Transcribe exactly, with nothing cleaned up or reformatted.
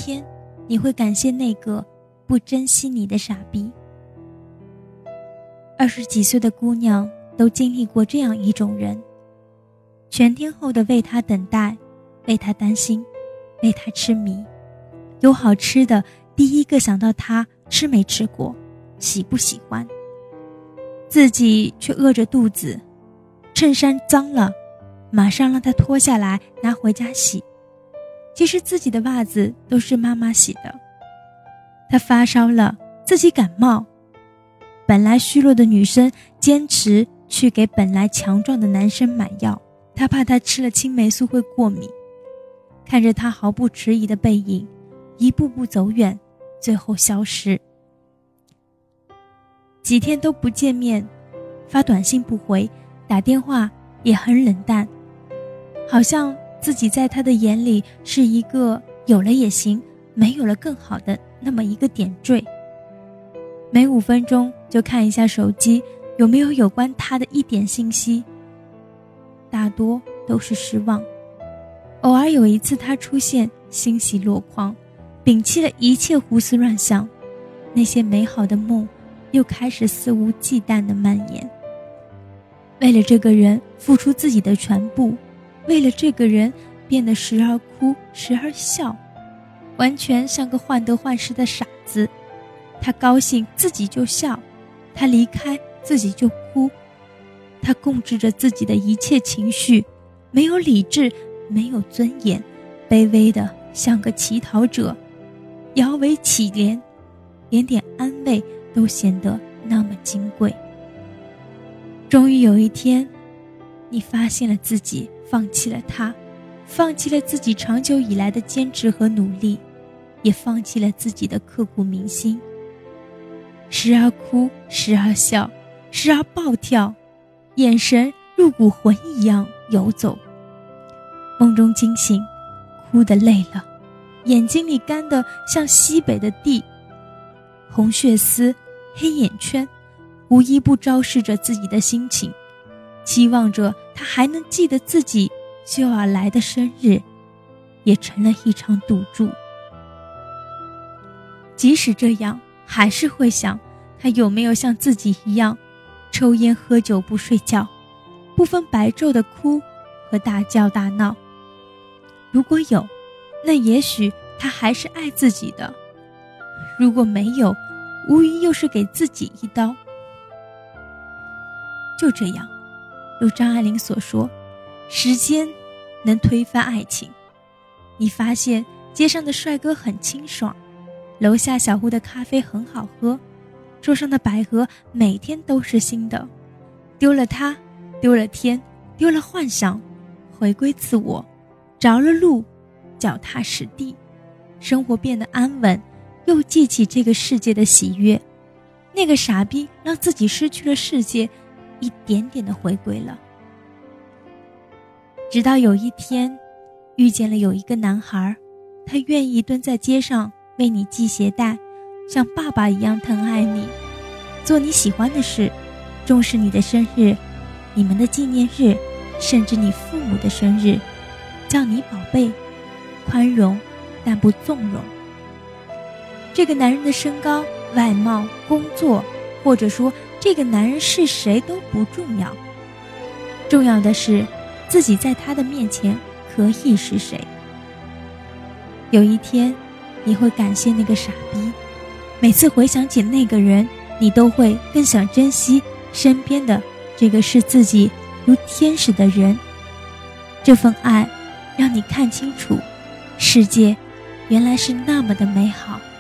天，你会感谢那个不珍惜你的傻逼。二十几岁的姑娘都经历过这样一种人，全天候的为他等待，为他担心，为他痴迷，有好吃的第一个想到他吃没吃过，喜不喜欢，自己却饿着肚子，衬衫脏了马上让他脱下来拿回家洗，其实自己的袜子都是妈妈洗的。他发烧了，自己感冒，本来虚弱的女生坚持去给本来强壮的男生买药，他怕他吃了青霉素会过敏。看着他毫不迟疑的背影一步步走远，最后消失。几天都不见面，发短信不回，打电话也很冷淡，好像自己在他的眼里是一个有了也行，没有了更好的那么一个点缀。每五分钟就看一下手机有没有有关他的一点信息，大多都是失望。偶尔有一次他出现，欣喜若狂，摒弃了一切胡思乱想，那些美好的梦又开始肆无忌惮地蔓延。为了这个人付出自己的全部，为了这个人变得时而哭时而笑，完全像个患得患失的傻子。他高兴自己就笑，他离开自己就哭，他控制着自己的一切情绪，没有理智，没有尊严，卑微的像个乞讨者，摇尾乞怜，连点安慰都显得那么金贵。终于有一天，你发现了自己放弃了他，放弃了自己长久以来的坚持和努力，也放弃了自己的刻骨铭心。时而哭，时而笑，时而暴跳，眼神入骨魂一样游走。梦中惊醒，哭得累了，眼睛里干得像西北的地，红血丝，黑眼圈，无一不昭示着自己的心情，期望着他还能记得自己就要来的生日，也成了一场赌注。即使这样，还是会想他有没有像自己一样抽烟喝酒不睡觉，不分白昼的哭和大叫大闹。如果有，那也许他还是爱自己的；如果没有，无疑又是给自己一刀。就这样，如张爱玲所说，时间能推翻爱情。你发现街上的帅哥很清爽，楼下小屋的咖啡很好喝，桌上的百合每天都是新的。丢了他，丢了天，丢了幻想，回归自我，着了路，脚踏实地，生活变得安稳，又记起这个世界的喜悦。那个傻逼让自己失去了世界，一点点的回归了。直到有一天遇见了有一个男孩，他愿意蹲在街上为你系鞋带，像爸爸一样疼爱你，做你喜欢的事，重视你的生日，你们的纪念日，甚至你父母的生日，叫你宝贝，宽容但不纵容。这个男人的身高、外貌、工作，或者说这个男人是谁都不重要，重要的是自己在他的面前可以是谁。有一天你会感谢那个傻逼，每次回想起那个人，你都会更想珍惜身边的这个是自己如天使的人。这份爱让你看清楚，世界原来是那么的美好。